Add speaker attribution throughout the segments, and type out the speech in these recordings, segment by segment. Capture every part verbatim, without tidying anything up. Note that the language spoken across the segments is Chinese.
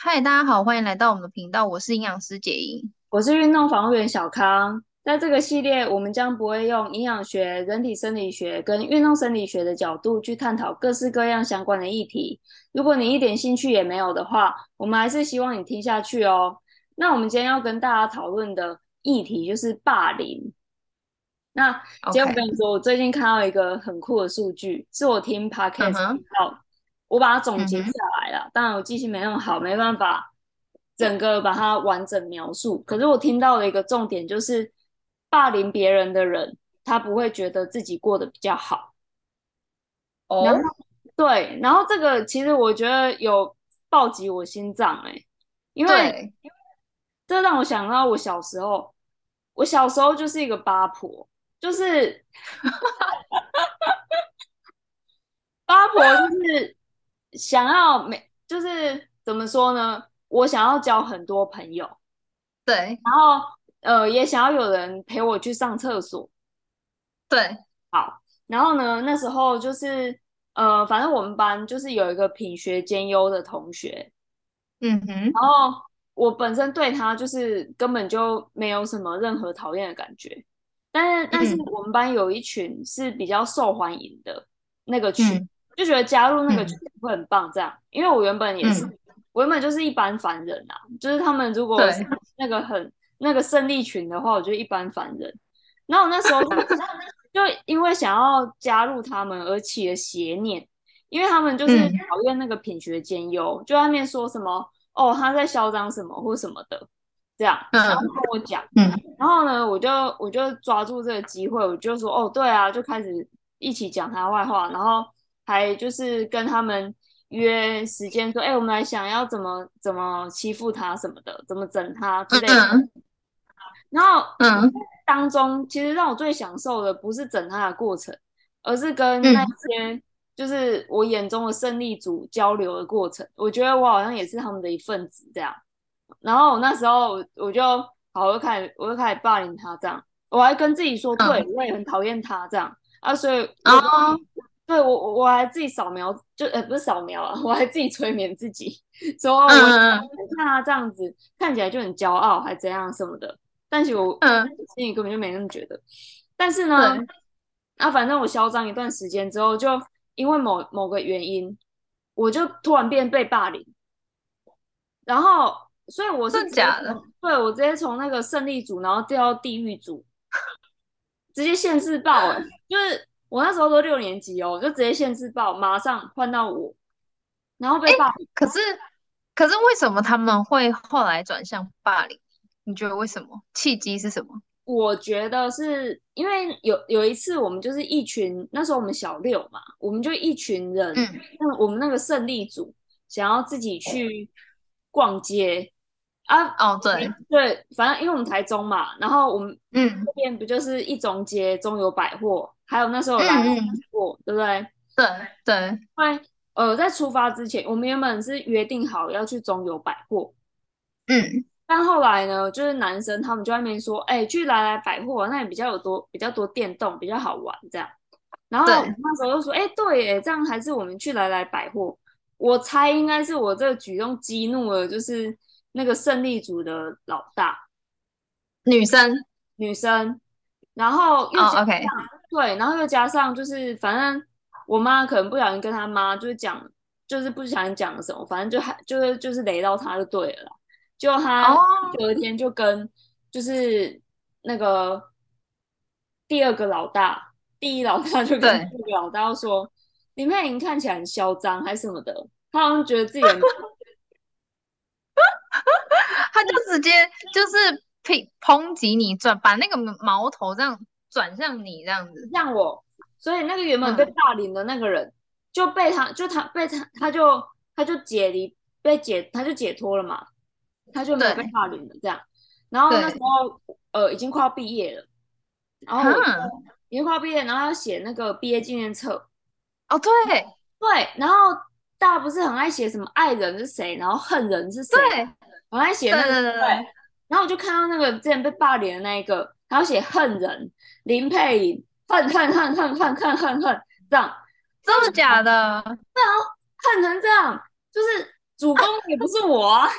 Speaker 1: 嗨，大家好，欢迎来到我们的频道，我是营养师杰英。
Speaker 2: 我是运动防护员小康，在这个系列，我们将不会用营养学、人体生理学跟运动生理学的角度去探讨各式各样相关的议题。如果你一点兴趣也没有的话，我们还是希望你听下去哦。那我们今天要跟大家讨论的议题就是霸凌。那今天我跟
Speaker 1: OK，
Speaker 2: 你说，我最近看到一个很酷的数据，是我听
Speaker 1: 嗯
Speaker 2: podcast 听
Speaker 1: 哼，
Speaker 2: 到，我把它总结下
Speaker 1: 嗯哼，
Speaker 2: 来了。当然我记性没那么好，没办法整个把它完整描述。可是我听到的一个重点就是，霸凌别人的人，他不会觉得自己过得比较好。然后
Speaker 1: 哦，
Speaker 2: 对，然后这个其实我觉得有暴击我心脏哎、欸因为
Speaker 1: 对，
Speaker 2: 这让我想到我小时候，我小时候就是一个八婆，就是八婆就是想要每就是怎么说呢？我想要交很多朋友，
Speaker 1: 对，
Speaker 2: 然后呃也想要有人陪我去上厕所。
Speaker 1: 对，
Speaker 2: 然后呢，那时候就是呃，反正我们班就是有一个品学兼优的同学，
Speaker 1: 嗯哼，
Speaker 2: 然后我本身对他就是根本就没有什么任何讨厌的感觉，但是但是
Speaker 1: 嗯
Speaker 2: 我们班有一群是比较受欢迎的那个群，
Speaker 1: 嗯
Speaker 2: 就觉得加入那个群
Speaker 1: 嗯
Speaker 2: 会很棒，这样，因为我原本也是，
Speaker 1: 嗯，
Speaker 2: 我原本就是一般凡人啊，就是他们如果是
Speaker 1: 对，
Speaker 2: 那个很那个胜利群的话，我就一般凡人，然后我那时候就就因为想要加入他们而起了邪念，因为他们就是
Speaker 1: 嗯
Speaker 2: 讨厌那个品学兼优，就在那边说什么哦他在嚣张什么或什么的，这样，然后
Speaker 1: 嗯
Speaker 2: 跟我讲，
Speaker 1: 嗯
Speaker 2: 然后呢我就我就抓住这个机会，我就说哦对啊，就开始一起讲他坏话，然后还就是跟他们约时间说，哎，我们来想要怎么怎么欺负他什么的，怎么整他之类的。
Speaker 1: 嗯
Speaker 2: 然后
Speaker 1: 嗯
Speaker 2: 当中，其实让我最享受的不是整他的过程，而是跟那
Speaker 1: 嗯，
Speaker 2: 些就是我眼中的胜利组交流的过程。我觉得我好像也是他们的一份子这样。然后我那时候我就好，我就开始我就开始霸凌他这样，我还跟自己说，对
Speaker 1: 嗯，
Speaker 2: 我也很讨厌他这样啊，所以我就
Speaker 1: 哦，
Speaker 2: 对我我我还自己扫描，就呃不是扫描啊，我还自己催眠自己，说哦我
Speaker 1: 嗯嗯
Speaker 2: 看他这样子看起来就很骄傲，还怎样什么的。但其实我
Speaker 1: 嗯，
Speaker 2: 心里根本就没那么觉得。但是呢，
Speaker 1: 对，
Speaker 2: 啊，反正我嚣张一段时间之后，就因为某某个原因，我就突然变被霸凌，然后所以我是
Speaker 1: 真的
Speaker 2: 直接
Speaker 1: 假的？
Speaker 2: 从，对，我直接从那个胜利组，然后调到地狱组，直接现世报、欸，哎，就是我那时候都六年级哦，就直接现世报，马上换到我，然后被霸凌。
Speaker 1: 可是可是为什么他们会后来转向霸凌？你觉得为什么？契机是什么？
Speaker 2: 我觉得是因为有有一次，我们就是一群，那时候我们小六嘛，我们就一群人，
Speaker 1: 嗯，
Speaker 2: 那我们那个胜利组想要自己去逛街啊，
Speaker 1: 哦，对，
Speaker 2: 对，反正因为我们台中嘛，然后我们
Speaker 1: 嗯
Speaker 2: 这边不就是一中街、中友百货，还有那时候有来来
Speaker 1: 嗯嗯，
Speaker 2: 百货，对不对？
Speaker 1: 对对，
Speaker 2: 因为呃，在出发之前，我们原本是约定好要去中友百货，
Speaker 1: 嗯
Speaker 2: 但后来呢，就是男生他们就在那边说，哎、去来来百货那里比较有多比较多电动，比较好玩这样。然后
Speaker 1: 对，
Speaker 2: 那时候就说，哎、对耶，这样还是我们去来来百货。我猜应该是我这个举动激怒了，就是那个胜利组的老大
Speaker 1: 女生，
Speaker 2: 女生，然后又加
Speaker 1: 哦，OK，
Speaker 2: 对，然后又加上就是反正我妈可能不小心跟她妈就是讲，就是不小心讲了什么，反正就还就是就是雷到她就对了啦。就她
Speaker 1: 哦，
Speaker 2: 隔天就跟就是那个第二个老大，第一老大就跟
Speaker 1: 对，
Speaker 2: 第二个老大说，林佩莹看起来很嚣张还是什么的，他好像觉得自己很
Speaker 1: 他就直接就是抨抨击你转，把那个矛头这样转向你这样子，
Speaker 2: 像我，所以那个原本被
Speaker 1: 嗯，
Speaker 2: 霸凌的那个人就被他就他被他他就他就解离被解他就解脱了嘛，他就没有被
Speaker 1: 对
Speaker 2: 霸凌了这样。然后那时
Speaker 1: 对，
Speaker 2: 候呃已经快要毕业了，然后我就
Speaker 1: 哈，
Speaker 2: 已经快要毕业，然后要写那个毕业纪念册，
Speaker 1: 哦，对
Speaker 2: 对，然后大家不是很爱写什么爱人是谁，然后恨人是谁，
Speaker 1: 对
Speaker 2: 很爱写那个，
Speaker 1: 对对对
Speaker 2: 对。
Speaker 1: 对，
Speaker 2: 然后我就看到那个之前被霸凌的那一个，他要写恨人林佩颖，恨恨恨恨恨恨恨恨这样，
Speaker 1: 真的假的？
Speaker 2: 恨成这样，就是主攻也不是我啊。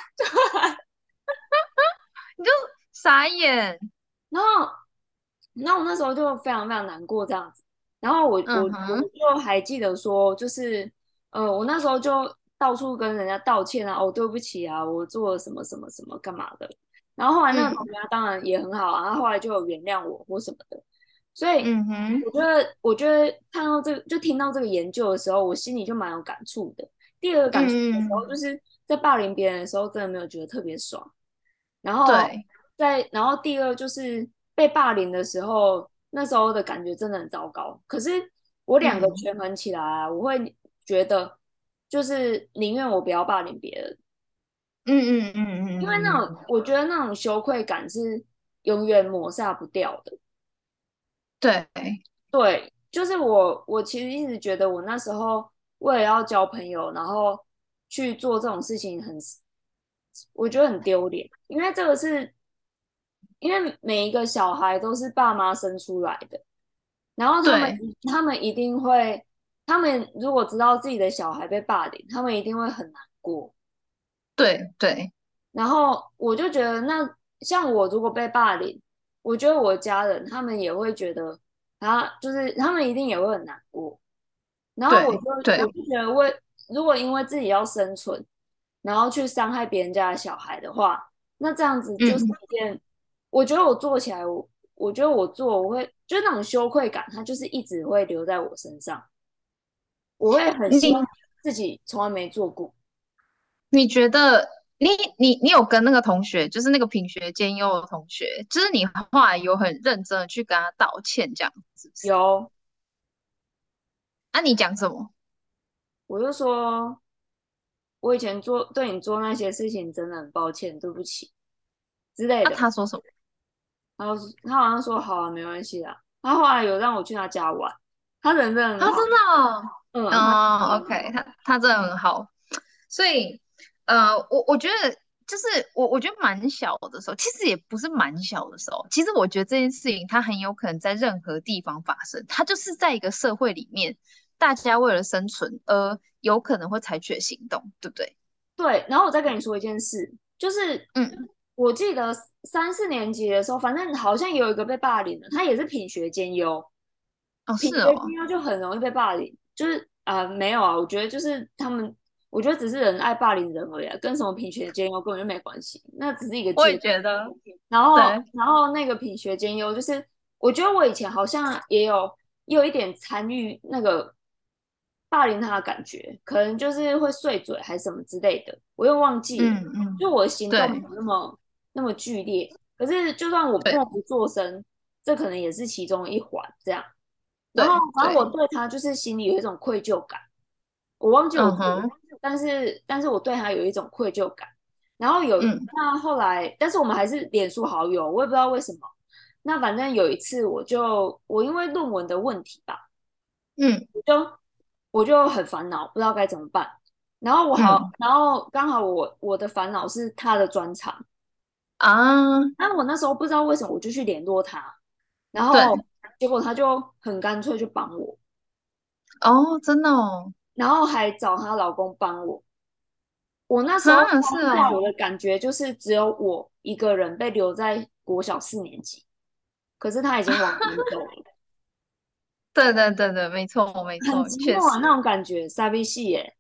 Speaker 1: 你就傻眼。
Speaker 2: 然后，然后我那时候就非常非常难过这样子。然后我我我
Speaker 1: 嗯哼，
Speaker 2: 就还记得说，就是呃，我那时候就到处跟人家道歉啊，哦，对不起啊，我做了什么什么什么干嘛的。然后后来那个同
Speaker 1: 嗯
Speaker 2: 学他当然也很好啊，他后来就有原谅我或什么的。所以
Speaker 1: 嗯哼，
Speaker 2: 我觉得，我觉得看到这个，就听到这个研究的时候，我心里就蛮有感触的。第二个感触的时候，
Speaker 1: 嗯，
Speaker 2: 就是在霸凌别人的时候，真的没有觉得特别爽。然后
Speaker 1: 对，
Speaker 2: 在，然后第二就是被霸凌的时候，那时候的感觉真的很糟糕。可是我两个
Speaker 1: 嗯
Speaker 2: 权衡起来啊，我会觉得就是宁愿我不要霸凌别人，
Speaker 1: 嗯嗯嗯嗯
Speaker 2: 因为那种
Speaker 1: 嗯嗯，
Speaker 2: 我觉得那种羞愧感是永远抹杀不掉的。
Speaker 1: 对，
Speaker 2: 对，就是我，我其实一直觉得我那时候为了要交朋友，然后去做这种事情很，我觉得很丢脸，因为这个是，因为每一个小孩都是爸妈生出来的，然后他们
Speaker 1: 对
Speaker 2: 他们一定会，他们如果知道自己的小孩被霸凌，他们一定会很难过。
Speaker 1: 对对
Speaker 2: 然后我就觉得那，像我如果被霸凌，我觉得我的家人他们也会觉得，啊，就是他们一定也会很难过。然后我就
Speaker 1: 对对，
Speaker 2: 我就觉得为如果因为自己要生存，然后去伤害别人家的小孩的话，那这样子就是
Speaker 1: 嗯，
Speaker 2: 一件，我觉得我做起来，我我觉得我做我会就是那种羞愧感，它就是一直会留在我身上，我会很希望
Speaker 1: 你
Speaker 2: 自己从来没做过。
Speaker 1: 你觉得你你你有跟那个同学，就是那个品学兼优的同学，就是你后来有很认真的去跟他道歉，这样是不是？
Speaker 2: 有，
Speaker 1: 啊，你讲什么？
Speaker 2: 我就说我以前做对你做那些事情真的很抱歉，对不起之类
Speaker 1: 啊，
Speaker 2: 的。
Speaker 1: 他说什么？
Speaker 2: 然后他好像说好啊，没关系啦。他后来有让我去他家玩，他人真的很
Speaker 1: 啊，
Speaker 2: 好。
Speaker 1: 真的哦，
Speaker 2: 嗯，他
Speaker 1: 哦，OK，他他真的很好，所以呃，我我觉得就是我我觉得蛮小的时候，其实也不是蛮小的时候，其实我觉得这件事情它很有可能在任何地方发生，它就是在一个社会里面，大家为了生存而有可能会采取的行动，对不对？
Speaker 2: 对。然后我再跟你说一件事，就是
Speaker 1: 嗯，我
Speaker 2: 我记得三四年级的时候，反正好像有一个被霸凌的，他也是品学兼优，
Speaker 1: 哦，
Speaker 2: 品
Speaker 1: 是哦，
Speaker 2: 学兼优就很容易被霸凌。就是啊、呃没有啊，我觉得就是他们，我觉得只是人爱霸凌人而已啊，跟什么品学兼优根本就没关系，那只是一个
Speaker 1: 我也
Speaker 2: 借口。
Speaker 1: 觉得，
Speaker 2: 然后，
Speaker 1: 对，
Speaker 2: 然后那个品学兼优，就是我觉得我以前好像也有也有一点参与那个霸凌他的感觉，可能就是会碎嘴还是什么之类的，我又忘记了。
Speaker 1: 嗯嗯，
Speaker 2: 就我的行动没
Speaker 1: 对
Speaker 2: 有那么那么剧烈，可是就算我
Speaker 1: 对
Speaker 2: 默不作声，这可能也是其中一环这样。然后，
Speaker 1: 对
Speaker 2: 反正我
Speaker 1: 对，
Speaker 2: 对他就是心里有一种愧疚感，我忘记我做了，
Speaker 1: 嗯哼，
Speaker 2: 但是但是我对他有一种愧疚感。然后有
Speaker 1: 嗯
Speaker 2: 那后来，但是我们还是脸书好友，我也不知道为什么。那反正有一次，我就我因为论文的问题吧，
Speaker 1: 嗯
Speaker 2: 我就我就很烦恼，不知道该怎么办。然后我好，
Speaker 1: 嗯
Speaker 2: 然后刚好我我的烦恼是他的专长，
Speaker 1: 啊，
Speaker 2: 但我那时候不知道为什么，我就去联络他，然后
Speaker 1: 对。
Speaker 2: 结果他就很干脆就帮我，
Speaker 1: 哦，真的哦，
Speaker 2: 然后还找她老公帮我。我那时候
Speaker 1: 哈，是
Speaker 2: 当下我
Speaker 1: 哦，
Speaker 2: 的感觉就是只有我一个人被留在国小四年级，可是他已经往前走了，
Speaker 1: 对对对对，没错没
Speaker 2: 很
Speaker 1: 错，
Speaker 2: 寂寞啊那
Speaker 1: 确实，
Speaker 2: 种感觉，傻逼戏耶。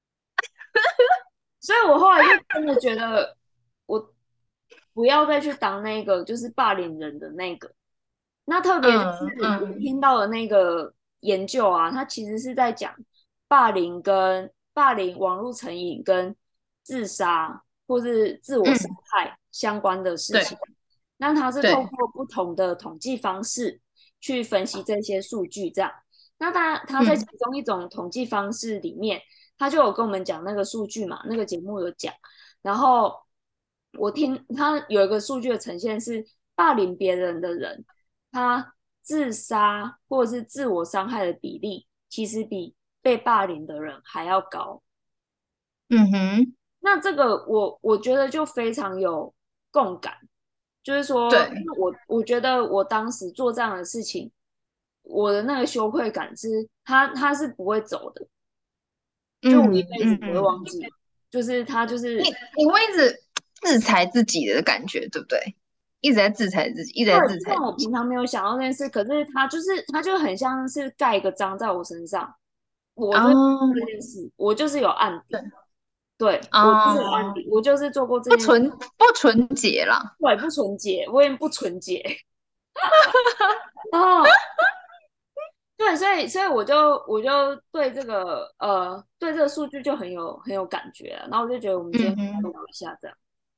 Speaker 2: 所以我后来就真的觉得，我不要再去当那个就是霸凌人的那个。那特别就
Speaker 1: 嗯
Speaker 2: 是我
Speaker 1: 嗯
Speaker 2: 听到的那个研究啊，它其实是在讲霸凌跟霸凌、网络成瘾跟自杀或是自我伤
Speaker 1: 嗯，
Speaker 2: 害相关的事
Speaker 1: 对
Speaker 2: 情。那它是透
Speaker 1: 对，
Speaker 2: 过不同的统计方式去分析这些数据，这样。那他他在其
Speaker 1: 嗯
Speaker 2: 中一种统计方式里面，他就有跟我们讲那个数据嘛，那个节目有讲。然后我听他有一个数据的呈现是，霸凌别人的人，他自杀或者是自我伤害的比例，其实比被霸凌的人还要高。
Speaker 1: 嗯哼，
Speaker 2: 那这个我我觉得就非常有共感，就是说，因
Speaker 1: 对，
Speaker 2: 为我我觉得我当时做这样的事情，我的那个羞愧感是，他他是不会走的，就我一
Speaker 1: 嗯
Speaker 2: 辈子不会
Speaker 1: 嗯嗯，
Speaker 2: 忘记。 就是他就
Speaker 1: 你
Speaker 2: 是
Speaker 1: 你会一直制裁自己的感觉，对不对？一直在制裁自己，一直在
Speaker 2: 对，
Speaker 1: 制
Speaker 2: 就像我
Speaker 1: 裁自己。
Speaker 2: 平常没有想到这件事，可是他就是他就很像是盖一个章在我身上，我就
Speaker 1: 哦，
Speaker 2: 这件事，我就是有案底，
Speaker 1: 对，
Speaker 2: 对我就是有案
Speaker 1: 哦，
Speaker 2: 底，我就是做过这件事，
Speaker 1: 不纯不纯洁啦。
Speaker 2: 对，不纯洁，我也不纯洁，然后对，所以所以我就我就对这个呃对这个数据就很有很有感觉啊，然后我就觉得我们今天可以
Speaker 1: 嗯哼。
Speaker 2: 聊一下这样。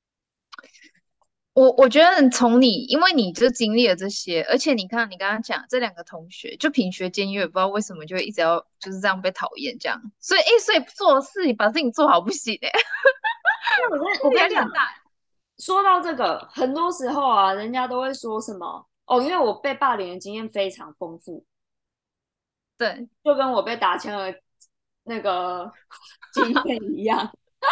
Speaker 1: 我我觉得从你，因为你就经历了这些，而且你看你刚刚讲这两个同学，就品学兼优，也不知道为什么就会一直要就是这样被讨厌这样，所以诶，所以做事把事情做好不行诶，
Speaker 2: 那我跟我跟你讲，
Speaker 1: 压力很大。
Speaker 2: 说到这个，很多时候啊，人家都会说什么哦，因为我被霸凌的经验非常丰富，
Speaker 1: 对，
Speaker 2: 就跟我被打枪的那个经验一样，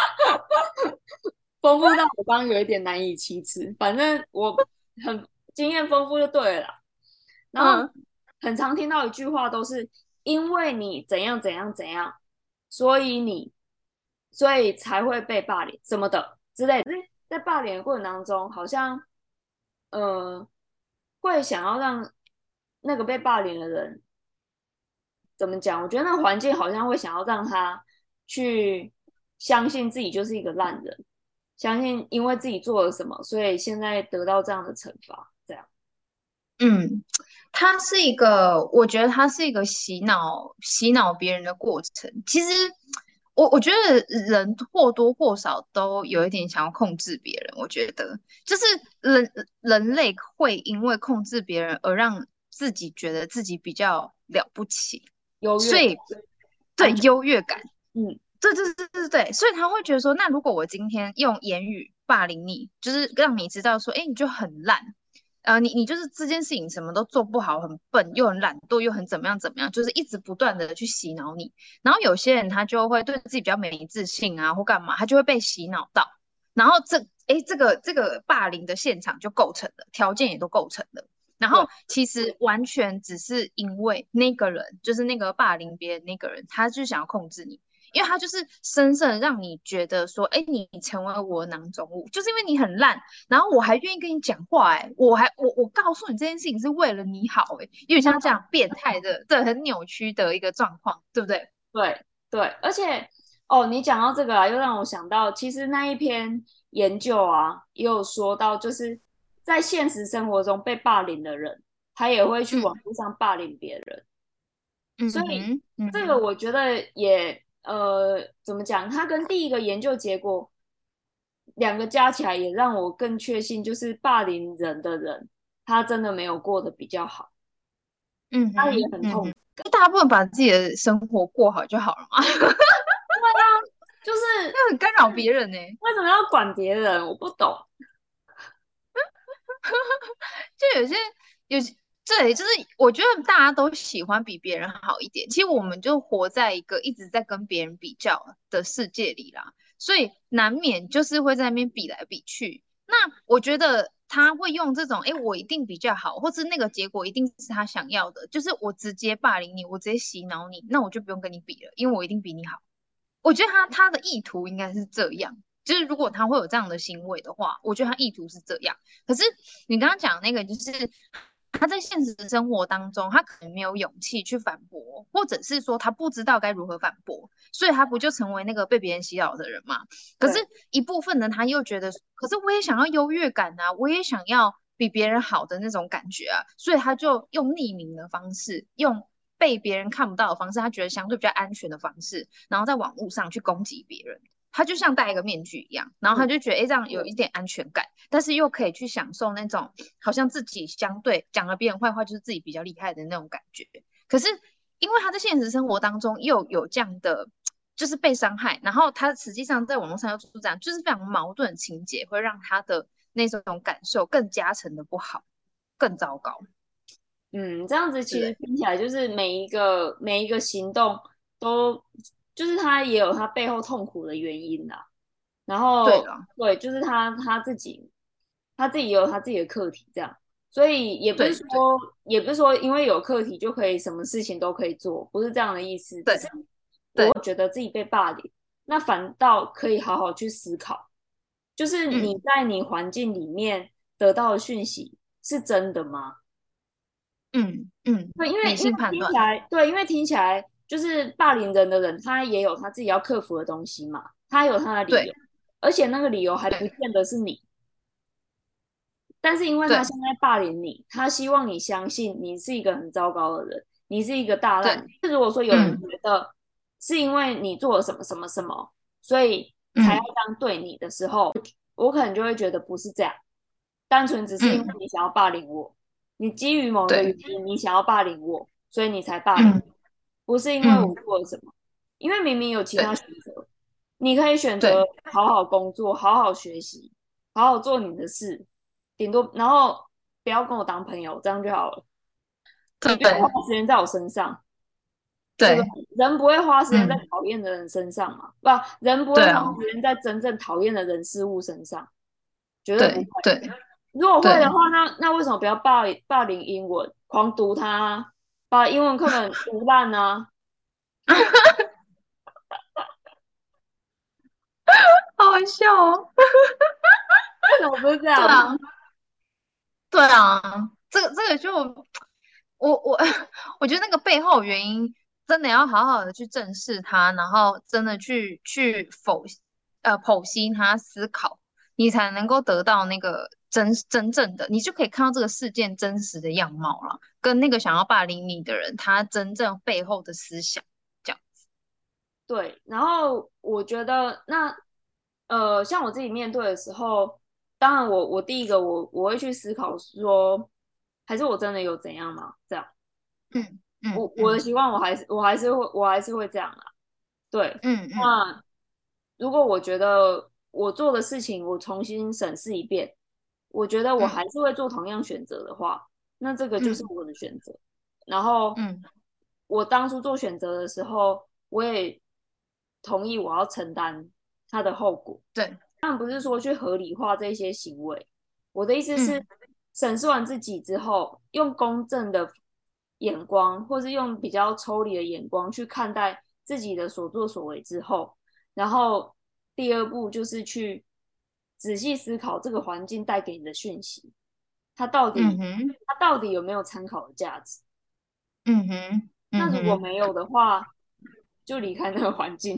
Speaker 2: 丰富到我刚刚有一点难以启齿。反正我很经验丰富就对了啦。然后
Speaker 1: 嗯
Speaker 2: 很常听到一句话，都是因为你怎样怎样怎样，所以你所以才会被霸凌什么的之类的。在霸凌的过程当中，好像呃会想要让那个被霸凌的人怎么讲？我觉得那个环境好像会想要让他去相信自己就是一个烂人，相信因为自己做了什么，所以现在得到这样的惩罚，这样。
Speaker 1: 嗯，它是一个，我觉得它是一个洗脑洗脑别人的过程。其实我我觉得人或多或少都有一点想要控制别人，我觉得就是人人类会因为控制别人而让自己觉得自己比较了不起。
Speaker 2: 优越感、
Speaker 1: 所以对
Speaker 2: 安全，
Speaker 1: 优越感，
Speaker 2: 嗯，
Speaker 1: 对对对对对，所以他会觉得说，那如果我今天用言语霸凌你，就是让你知道说，哎，你就很烂，呃，你你就是这件事情什么都做不好，很笨，又很懒惰，又很怎么样怎么样，就是一直不断的去洗脑你。然后有些人他就会对自己比较没自信啊，或干嘛，他就会被洗脑到，然后这哎这个这个霸凌的现场就构成了，条件也都构成了。然
Speaker 2: 对，
Speaker 1: 后其实完全只是因为那个人，就是那个霸凌别人那个人，他就想要控制你，因为他就是深深的让你觉得说，哎，你成为我的囊中物，就是因为你很烂，然后我还愿意跟你讲话，哎，我还我我告诉你这件事情是为了你好，哎，有点像这样变态的，对，很扭曲的一个状况，对不对？
Speaker 2: 对对，而且哦，你讲到这个啊，又让我想到，其实那一篇研究啊，也有说到，就是在现实生活中被霸凌的人，他也会去网
Speaker 1: 嗯
Speaker 2: 络上霸凌别人，所以
Speaker 1: 嗯哼嗯哼
Speaker 2: 这个我觉得也呃，怎么讲？它跟第一个研究结果两个加起来，也让我更确信，就是霸凌人的人，他真的没有过得比较好，
Speaker 1: 嗯
Speaker 2: 他也
Speaker 1: 哼嗯哼，
Speaker 2: 很痛苦。
Speaker 1: 就大家不能把自己的生活过好就好了嘛，
Speaker 2: 就是
Speaker 1: 那很干扰别人呢、
Speaker 2: 为什么要管别人？我不懂。
Speaker 1: 就有些有些对，就是我觉得大家都喜欢比别人好一点。其实我们就活在一个一直在跟别人比较的世界里啦，所以难免就是会在那边比来比去。那我觉得他会用这种，哎，我一定比较好，或是那个结果一定是他想要的，就是我直接霸凌你，我直接洗脑你，那我就不用跟你比了，因为我一定比你好。我觉得他他的意图应该是这样，就是如果他会有这样的行为的话，我觉得他意图是这样。可是你刚刚讲那个，就是他在现实生活当中，他可能没有勇气去反驳，或者是说他不知道该如何反驳，所以他不就成为那个被别人洗脑的人嘛？可是
Speaker 2: 对，
Speaker 1: 一部分呢，他又觉得，可是我也想要优越感啊，我也想要比别人好的那种感觉啊，所以他就用匿名的方式，用被别人看不到的方式，他觉得相对比较安全的方式，然后在网络上去攻击别人。他就像戴一个面具一样，然后他
Speaker 2: 嗯，
Speaker 1: 就觉得，哎，这样有一点安全感，但是又可以去享受那种好像自己相对讲了别人坏话，就是自己比较厉害的那种感觉。可是因为他在现实生活当中又有这样的，就是被伤害，然后他实际上在网络上又出这样，就是非常矛盾的情节，会让他的那种感受更加成的不好，更糟糕，
Speaker 2: 嗯，这样子其实
Speaker 1: 对不对？
Speaker 2: 听起来就是每一个每一个行动都，就是他也有他背后痛苦的原因啦。然后
Speaker 1: 对了，
Speaker 2: 对，就是他他自己他自己也有他自己的课题，这样，所以也不是说
Speaker 1: 对对
Speaker 2: 也不是说因为有课题就可以什么事情都可以做，不是这样的意思，只是
Speaker 1: 对对，
Speaker 2: 我觉得自己被霸凌。 那反倒可以好好去思考，就是你
Speaker 1: 嗯
Speaker 2: 在你环境里面得到的讯息是真的吗？
Speaker 1: 嗯嗯，
Speaker 2: 对，因为
Speaker 1: 理
Speaker 2: 因为
Speaker 1: 性判断。
Speaker 2: 听起来，对，因为听起来就是霸凌人的人，他也有他自己要克服的东西嘛，他有他的理由，
Speaker 1: 对
Speaker 2: 而且那个理由还不
Speaker 1: 对
Speaker 2: 见得是你，但是因为他
Speaker 1: 对
Speaker 2: 现在霸凌你，他希望你相信你是一个很糟糕的人，你是一个大烂
Speaker 1: 对，
Speaker 2: 人。如果说有人
Speaker 1: 嗯
Speaker 2: 觉得是因为你做了什么什么什么，所以才要
Speaker 1: 嗯
Speaker 2: 这样对你的时候，我可能就会觉得不是这样，单纯只是因为
Speaker 1: 嗯，
Speaker 2: 你想要霸凌我，你基于某一个原
Speaker 1: 对，
Speaker 2: 因，你想要霸凌我，所以你才霸凌，
Speaker 1: 嗯
Speaker 2: 不是因为我
Speaker 1: 嗯
Speaker 2: 做了什么，因为明明有其他
Speaker 1: 对
Speaker 2: 选择，你可以选择
Speaker 1: 对
Speaker 2: 好好工作，好好学习，好好做你的事，顶多然后不要跟我当朋友，这样就好了。你不要花
Speaker 1: 对
Speaker 2: 时间在我身上，对不
Speaker 1: 对，
Speaker 2: 对？人不会花时间在
Speaker 1: 嗯
Speaker 2: 讨厌的人身上嘛，不，人不会花
Speaker 1: 对啊，
Speaker 2: 时间在真正讨厌的人事物身上，绝对不会。
Speaker 1: 对对
Speaker 2: 如果会的
Speaker 1: 对，
Speaker 2: 话，那那为什么不要霸霸凌英文，狂读它啊，把英文课本读烂啊？
Speaker 1: 好好笑哦。
Speaker 2: 为什么不是这样？
Speaker 1: 对啊，对啊，这个这个就我我我觉得那个背后原因真的要好好的去正视它，然后真的去去否呃剖析它，思考，你才能够得到那个真真正的，你就可以看到这个事件真实的样貌了，跟那个想要霸凌你的人他真正背后的思想，这样。
Speaker 2: 对，然后我觉得那呃，像我自己面对的时候，当然我我第一个我我会去思考说，还是我真的有怎样吗？这样，
Speaker 1: 嗯嗯
Speaker 2: 我我的
Speaker 1: 嗯
Speaker 2: 习惯我还是我还是会我还是会这样啦。对，
Speaker 1: 嗯嗯
Speaker 2: 那如果我觉得我做的事情我重新审视一遍，我觉得我还
Speaker 1: 嗯
Speaker 2: 是会做同样选择的话，那这个就是
Speaker 1: 嗯
Speaker 2: 我的选择。然后
Speaker 1: 嗯，
Speaker 2: 我当初做选择的时候，我也同意我要承担它的后果。
Speaker 1: 对，
Speaker 2: 当然不是说去合理化这些行为，我的意思是，
Speaker 1: 嗯
Speaker 2: 审视完自己之后，用公正的眼光，或是用比较抽离的眼光去看待自己的所作所为之后，然后第二步就是去仔细思考这个环境带给你的讯息，它到底
Speaker 1: 嗯哼
Speaker 2: 它到底有没有参考的价值？
Speaker 1: 嗯哼
Speaker 2: 那
Speaker 1: 嗯哼。
Speaker 2: 如果没有的话，就离开那个环境。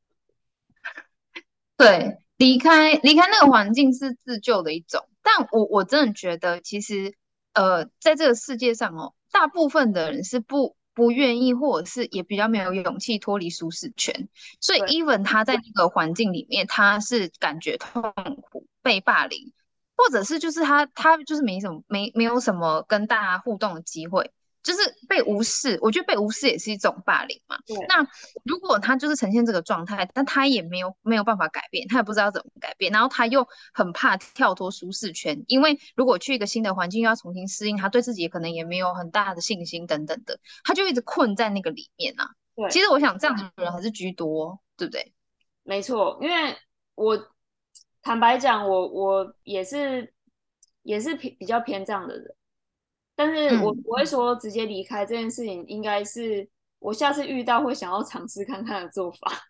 Speaker 1: 对，离开离开那个环境是自救的一种，但我我真的觉得，其实呃，在这个世界上哦，大部分的人是不不愿意，或者是也比较没有勇气脱离舒适圈，所以
Speaker 2: 对
Speaker 1: even 他在那个环境里面，他是感觉痛苦、被霸凌，或者是就是他他就是没什么没没有什么跟大家互动的机会。就是被无视，我觉得被无视也是一种霸凌嘛。
Speaker 2: 对，
Speaker 1: 那如果他就是呈现这个状态，但他也没有没有办法改变，他也不知道怎么改变，然后他又很怕跳脱舒适圈，因为如果去一个新的环境又要重新适应，他对自己可能也没有很大的信心等等的，他就一直困在那个里面啊。其
Speaker 2: 对，
Speaker 1: 实我想这样的人还是居多，对不对？
Speaker 2: 没错，因为我坦白讲，我我也是也是偏比较偏这样的人，但是我
Speaker 1: 嗯，
Speaker 2: 不会说直接离开这件事情，应该是我下次遇到会想要尝试看看的做法。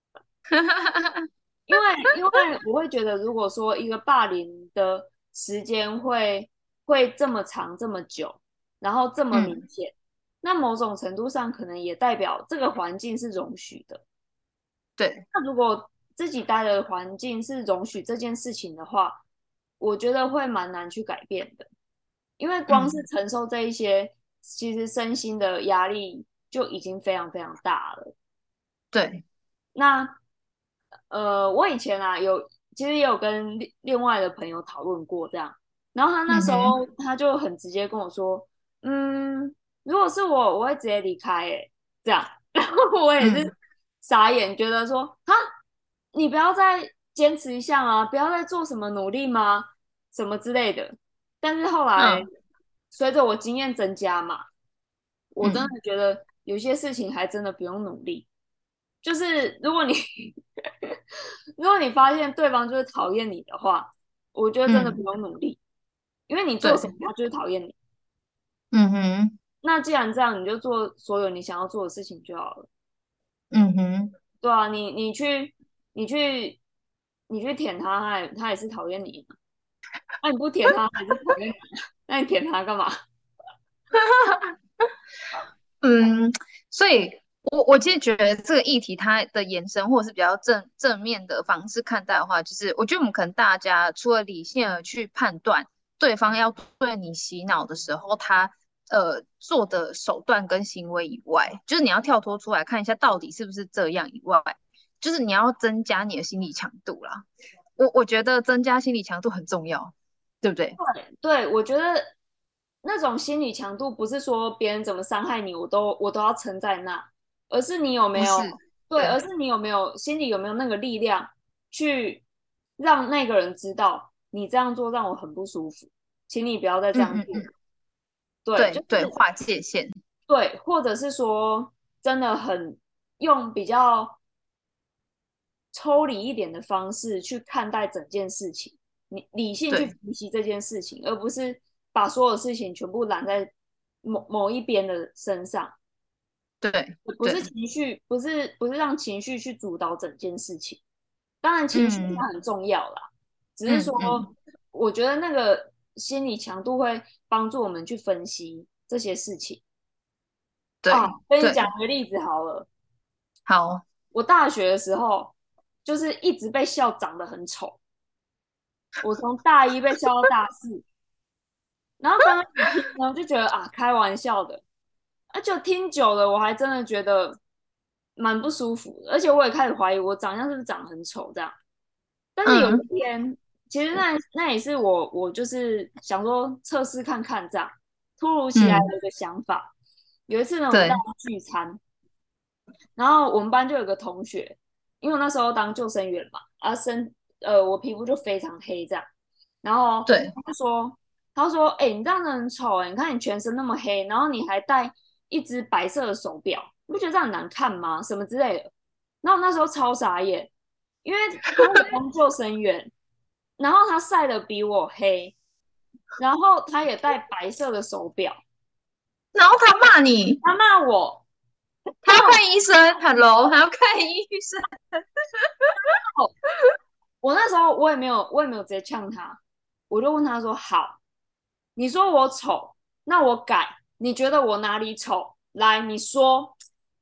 Speaker 2: 因为因为我会觉得，如果说一个霸凌的时间会会这么长这么久，然后这么明
Speaker 1: 嗯，
Speaker 2: 显，那某种程度上可能也代表这个环境是容许的。
Speaker 1: 对，
Speaker 2: 那如果自己待的环境是容许这件事情的话，我觉得会蛮难去改变的，因为光是
Speaker 1: 嗯，
Speaker 2: 承受这一些，其实身心的压力就已经非常非常大了。
Speaker 1: 对，
Speaker 2: 那呃，我以前啊有其实也有跟另另外的朋友讨论过这样，然后他那时候
Speaker 1: 嗯哼，
Speaker 2: 他就很直接跟我说，嗯，如果是我，我会直接离开，诶，这样，然后我也是
Speaker 1: 嗯
Speaker 2: 傻眼，觉得说，哈，你不要再坚持一下吗？不要再做什么努力吗？什么之类的。但是后来
Speaker 1: 嗯
Speaker 2: 随着我经验增加嘛，我真
Speaker 1: 嗯，
Speaker 2: 的觉得有些事情还真的不用努力。就是如果你如果你发现对方就是讨厌你的话，我觉得真的不
Speaker 1: 嗯，
Speaker 2: 用努力，因为你做什么
Speaker 1: 对，
Speaker 2: 他就是讨厌你。
Speaker 1: 嗯哼，
Speaker 2: 那既然这样，你就做所有你想要做的事情就好了。
Speaker 1: 嗯哼，
Speaker 2: 对啊，你你去你去你去舔他，他也他也是讨厌你嘛。那、你不舔他，还是讨厌你啊？那你舔他干嘛？
Speaker 1: 嗯，所以我我其实觉得这个议题它的延伸，或者是比较正正面的方式看待的话，就是我觉得我们可能大家除了理性而去判断对方要对你洗脑的时候，他呃做的手段跟行为以外，就是你要跳脱出来看一下到底是不是这样以外，就是你要增加你的心理强度啦。我我觉得增加心理强度很重要，对不对？
Speaker 2: 对，我觉得那种心理强度不是说别人怎么伤害你，我都我都要撑在那，而是你有没有
Speaker 1: 不是，
Speaker 2: 对，
Speaker 1: 对，
Speaker 2: 而是你有没有心里有没有那个力量去让那个人知道你这样做让我很不舒服，请你不要再这样做。
Speaker 1: 嗯嗯嗯，
Speaker 2: 对，就
Speaker 1: 对对，
Speaker 2: 是
Speaker 1: 划界限，
Speaker 2: 对，或者是说真的很用比较抽离一点的方式去看待整件事情，你理性去
Speaker 1: 对
Speaker 2: 分析这件事情，而不是把所有事情全部揽在某某一边的身上，
Speaker 1: 对
Speaker 2: 不是
Speaker 1: 对。
Speaker 2: 情绪，不是不是让情绪去主导整件事情。当然，情绪
Speaker 1: 嗯
Speaker 2: 它很重要啦，只是说，
Speaker 1: 嗯嗯，
Speaker 2: 我觉得那个心理强度会帮助我们去分析这些事情啊。
Speaker 1: 对
Speaker 2: 跟你讲
Speaker 1: 对，
Speaker 2: 一个例子好了，
Speaker 1: 好，
Speaker 2: 我大学的时候就是一直被笑长得很丑。我从大一被笑到大四，然后刚开始听呢，就觉得啊，开玩笑的，啊，就听久了，我还真的觉得蛮不舒服的，而且我也开始怀疑我长相是不是长得很丑这样。但是有
Speaker 1: 嗯
Speaker 2: 一天，其实那那也是我我就是想说测试看看这样，突如其来
Speaker 1: 嗯，
Speaker 2: 的一个想法。有一次呢，我们大
Speaker 1: 对
Speaker 2: 家聚餐，然后我们班就有个同学，因为我那时候当救生员嘛，啊身呃我皮肤就非常黑这样，然后
Speaker 1: 对，
Speaker 2: 他就说他就说哎、欸你这样子很丑哎、欸你看你全身那么黑，然后你还戴一只白色的手表，你不觉得这样很难看吗？什么之类的。然后我那时候超傻眼，因为他也当救生员，然后他晒得比我黑，然后他也戴白色的手表，
Speaker 1: 然后他骂你，
Speaker 2: 他骂我，
Speaker 1: 他要
Speaker 2: 他骂我
Speaker 1: 看医生，Hello，还要看医生，
Speaker 2: 我那时候我也没有，我也没有直接呛他，我就问他说：“好，你说我丑，那我改，你觉得我哪里丑？来，你说。”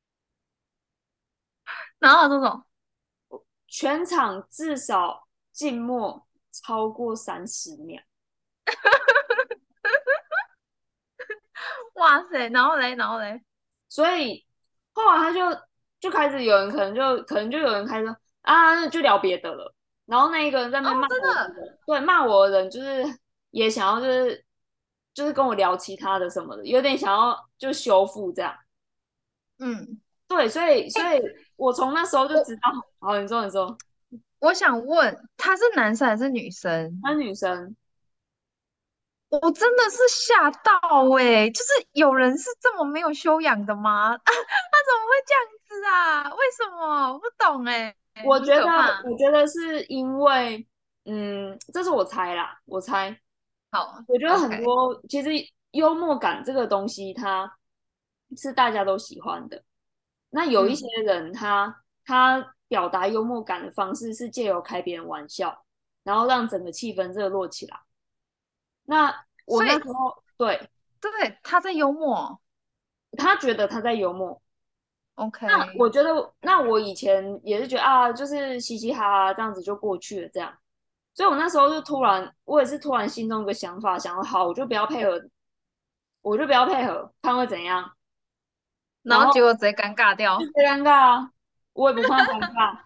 Speaker 1: 然后这种，
Speaker 2: 全场至少静默超过三十秒，
Speaker 1: 哇塞，然后嘞，然后嘞，
Speaker 2: 所以后来他就就开始有人可能就可能就有人开始说啊，那就聊别的了。然后那一个人在那
Speaker 1: 哦，
Speaker 2: 边骂
Speaker 1: 真的，
Speaker 2: 我的人，对，骂我的人就是也想要就是就是跟我聊其他的什么的，有点想要就修复这样。
Speaker 1: 嗯，
Speaker 2: 对，所以所以我从那时候就知
Speaker 1: 我
Speaker 2: 道，好，你说你说，
Speaker 1: 我想问，他是男生还是女生？
Speaker 2: 那女生，
Speaker 1: 我真的是吓到诶、就是有人是这么没有修养的吗？他怎么会这样子啊？为什么？我不懂诶、很
Speaker 2: 我觉得
Speaker 1: 可怕。
Speaker 2: 我觉得是因为，嗯，这是我猜啦，我猜，
Speaker 1: 好
Speaker 2: 我觉得很
Speaker 1: ，OK，
Speaker 2: 多其实幽默感这个东西，它是大家都喜欢的。那有一些
Speaker 1: 嗯，
Speaker 2: 人他他表达幽默感的方式是借由开别人玩笑，然后让整个气氛热络起来。那我
Speaker 1: 所以
Speaker 2: 那时候对
Speaker 1: 对他在幽默
Speaker 2: 他觉得他在幽默，那
Speaker 1: ，OK，
Speaker 2: 我觉得，那我以前也是觉得啊，就是嘻嘻哈哈这样子就过去了，这样。所以我那时候就突然，我也是突然心中有个想法，想说好，我就不要配合，我就不要配合，看会怎样。
Speaker 1: 然后
Speaker 2: 然后
Speaker 1: 结果直接尴尬掉，
Speaker 2: 就别尴尬啊，我也不怕尴尬。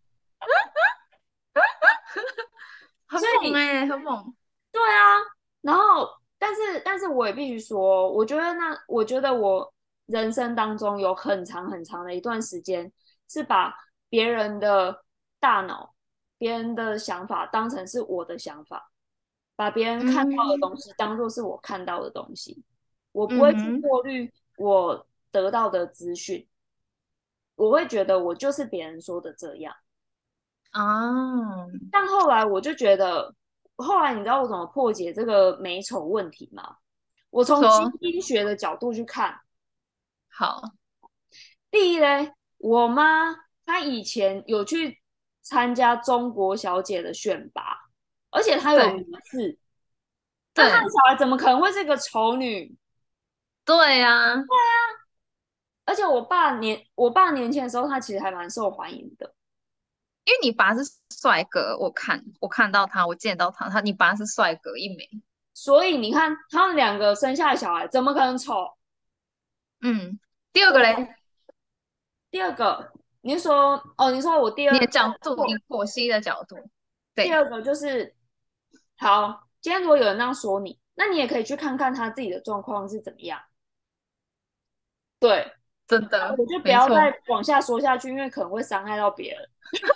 Speaker 1: 很
Speaker 2: 所以
Speaker 1: 猛哎、很猛。
Speaker 2: 对啊，然后但是但是我也必须说，我觉得那我觉得我人生当中有很长很长的一段时间是把别人的大脑、别人的想法当成是我的想法，把别人看到的
Speaker 1: 嗯
Speaker 2: 东西当做是我看到的东西，我不会去
Speaker 1: 嗯哼
Speaker 2: 过滤我得到的资讯，我会觉得我就是别人说的这样。
Speaker 1: 啊，
Speaker 2: 但后来我就觉得，后来你知道我怎么破解这个美丑问题吗？我从基
Speaker 1: 说
Speaker 2: 因学的角度去看，
Speaker 1: 好，
Speaker 2: 第一嘞，我妈她以前有去参加中国小姐的选拔，而且她有
Speaker 1: 对
Speaker 2: 名次，那她的
Speaker 1: 对
Speaker 2: 小孩怎么可能会是个丑女？
Speaker 1: 对呀，
Speaker 2: 而且我爸年我爸年轻的时候，他其实还蛮受欢迎的。
Speaker 1: 因为你爸是帅哥，我看我看到他，我见到他，他你爸是帅哥一枚。
Speaker 2: 所以你看，他们两个生下的小孩怎么可能丑？
Speaker 1: 嗯，第二
Speaker 2: 对吧？
Speaker 1: 个嘞，
Speaker 2: 第二个，你是说哦，你说我第二
Speaker 1: 你的角度，你剖析的角度，对，
Speaker 2: 第二个就是好，今天如果有人这样说你，那你也可以去看看他自己的状况是怎么样。对，
Speaker 1: 真的
Speaker 2: 我就不要
Speaker 1: 没错。
Speaker 2: 再往下说下去，因为可能会伤害到别人。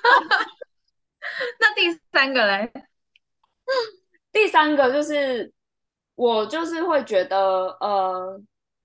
Speaker 1: 那第三个嘞，
Speaker 2: 第三个就是我就是会觉得，呃，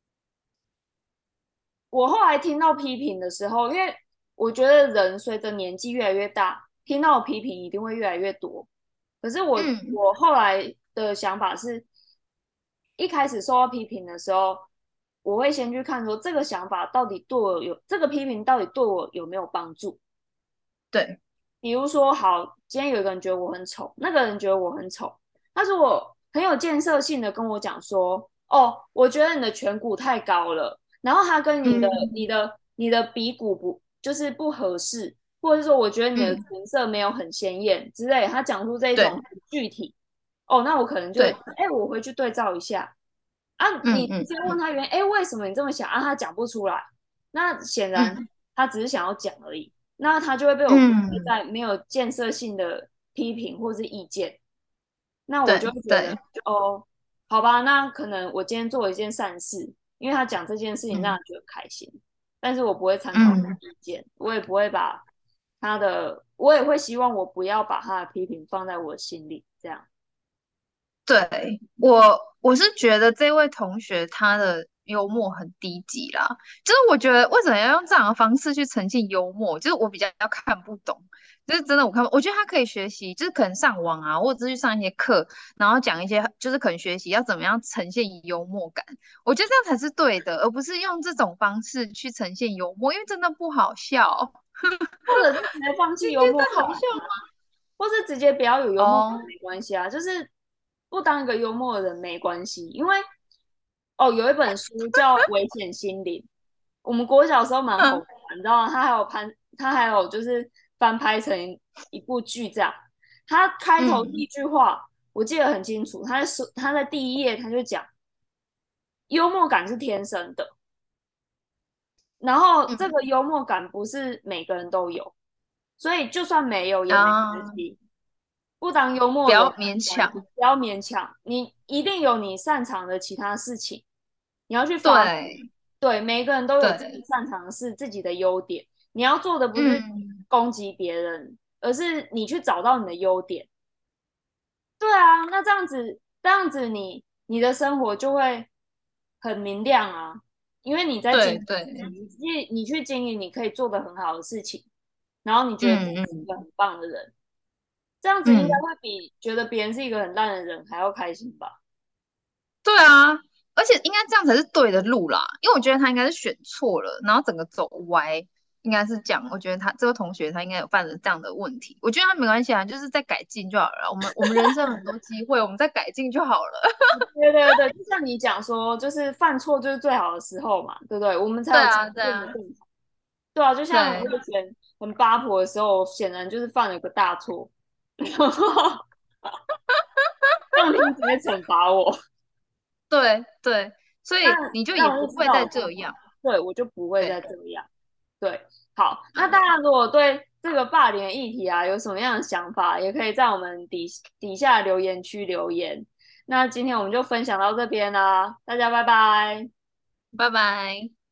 Speaker 2: 我后来听到批评的时候，因为我觉得人随着年纪越来越大，听到的批评一定会越来越多。可是我
Speaker 1: 嗯
Speaker 2: 我后来的想法是，一开始受到批评的时候，我会先去看说这个想法到底对我有这个批评到底对我有没有帮助。
Speaker 1: 对，
Speaker 2: 比如说，好，今天有一个人觉得我很丑，那个人觉得我很丑，他说我很有建设性的跟我讲说，哦，我觉得你的颧骨太高了，然后他跟你的、你
Speaker 1: 嗯
Speaker 2: 的、你的鼻骨不就是不合适，或者是说我觉得你的
Speaker 1: 嗯，
Speaker 2: 唇色没有很鲜艳之类，他讲出这一种
Speaker 1: 对
Speaker 2: 很具体，哦，那我可能就会，
Speaker 1: 对，
Speaker 2: 哎，我回去对照一下啊，你
Speaker 1: 嗯嗯
Speaker 2: 直接问他原因，哎，为什么你这么想啊？他讲不出来，那显然
Speaker 1: 嗯
Speaker 2: 他只是想要讲而已。那他就会被我归类
Speaker 1: 嗯，
Speaker 2: 在没有建设性的批评或是意见。那我就会觉得，
Speaker 1: 对对，
Speaker 2: 哦，好吧，那可能我今天做了一件善事，因为他讲这件事情让
Speaker 1: 嗯
Speaker 2: 人觉得开心，但是我不会参考他的
Speaker 1: 嗯。
Speaker 2: 意见，我也不会把他的，我也会希望我不要把他的批评放在我心里，这样。
Speaker 1: 对，我我是觉得这位同学他的幽默很低级啦，就是我觉得为什么要用这样的方式去呈现幽默，就是我比较看不懂，就是真的我看不，我觉得他可以学习，就是可能上网啊，或者是去上一些课，然后讲一些就是可能学习要怎么样呈现幽默感，我觉得这样才是对的，而不是用这种方式去呈现幽默，因为真的不好笑。
Speaker 2: 或者是直接放弃
Speaker 1: 你觉
Speaker 2: 幽默感，
Speaker 1: 得好笑
Speaker 2: 或是直接不要有
Speaker 1: 吗？
Speaker 2: 幽默感
Speaker 1: 哦，
Speaker 2: 没关系啊，就是不当一个幽默的人没关系，因为哦，有一本书叫《危险心灵》，我们国小的时候蛮红
Speaker 1: 嗯
Speaker 2: 的，你知道吗？它还有拍，它还有就是翻拍成一部剧这样。它开头第一
Speaker 1: 嗯
Speaker 2: 句话我记得很清楚，他在说他在第一页他就讲幽默感是天生的，然后这
Speaker 1: 嗯
Speaker 2: 个幽默感不是每个人都有，所以就算没有也没关
Speaker 1: 啊，
Speaker 2: 系。不当幽默的人
Speaker 1: 不要勉强。
Speaker 2: 不要勉强，你一定有你擅长的其他事情，你要去发掘。
Speaker 1: 对
Speaker 2: 对，每一个人都有自己
Speaker 1: 对，
Speaker 2: 擅长的事，自己的优点。你要做的不是
Speaker 1: 嗯，
Speaker 2: 攻击别人，而是你去找到你的优点。对啊，那这样子，这样子你你的生活就会很明亮啊，因为你在经营
Speaker 1: 对对，
Speaker 2: 你去你去经营你可以做的很好的事情，然后你觉得自己是一
Speaker 1: 嗯嗯
Speaker 2: 个很棒的人，这样子应该
Speaker 1: 嗯，
Speaker 2: 会比觉得别人是一个很烂的人还要开心吧？
Speaker 1: 对啊，而且应该这样才是对的路啦，因为我觉得他应该是选错了，然后整个走歪，应该是这样。我觉得他这个同学他应该有犯了这样的问题，我觉得他没关系啊，就是再改进就好了。我们我们人生有很多机会，我们再改进就好了。
Speaker 2: 对对对，就像你讲说，就是犯错就是最好的时候嘛，对不对？我们才有机
Speaker 1: 对啊，
Speaker 2: 会
Speaker 1: 对啊，
Speaker 2: 变得更好。对啊，就像我
Speaker 1: 对
Speaker 2: 以前很八婆的时候，显然就是犯了个大错，然后上天直接惩罚我。
Speaker 1: 对对，所
Speaker 2: 那
Speaker 1: 以你就也
Speaker 2: 那我就知
Speaker 1: 不会再
Speaker 2: 道我方法，
Speaker 1: 这样。
Speaker 2: 对我就不会再
Speaker 1: 对，
Speaker 2: 这样。对，好，那大
Speaker 1: 好，
Speaker 2: 家如果对这个霸凌的议题啊有什么样的想法，也可以在我们底底下留言区留言。那今天我们就分享到这边啦，大家拜拜。
Speaker 1: 拜拜。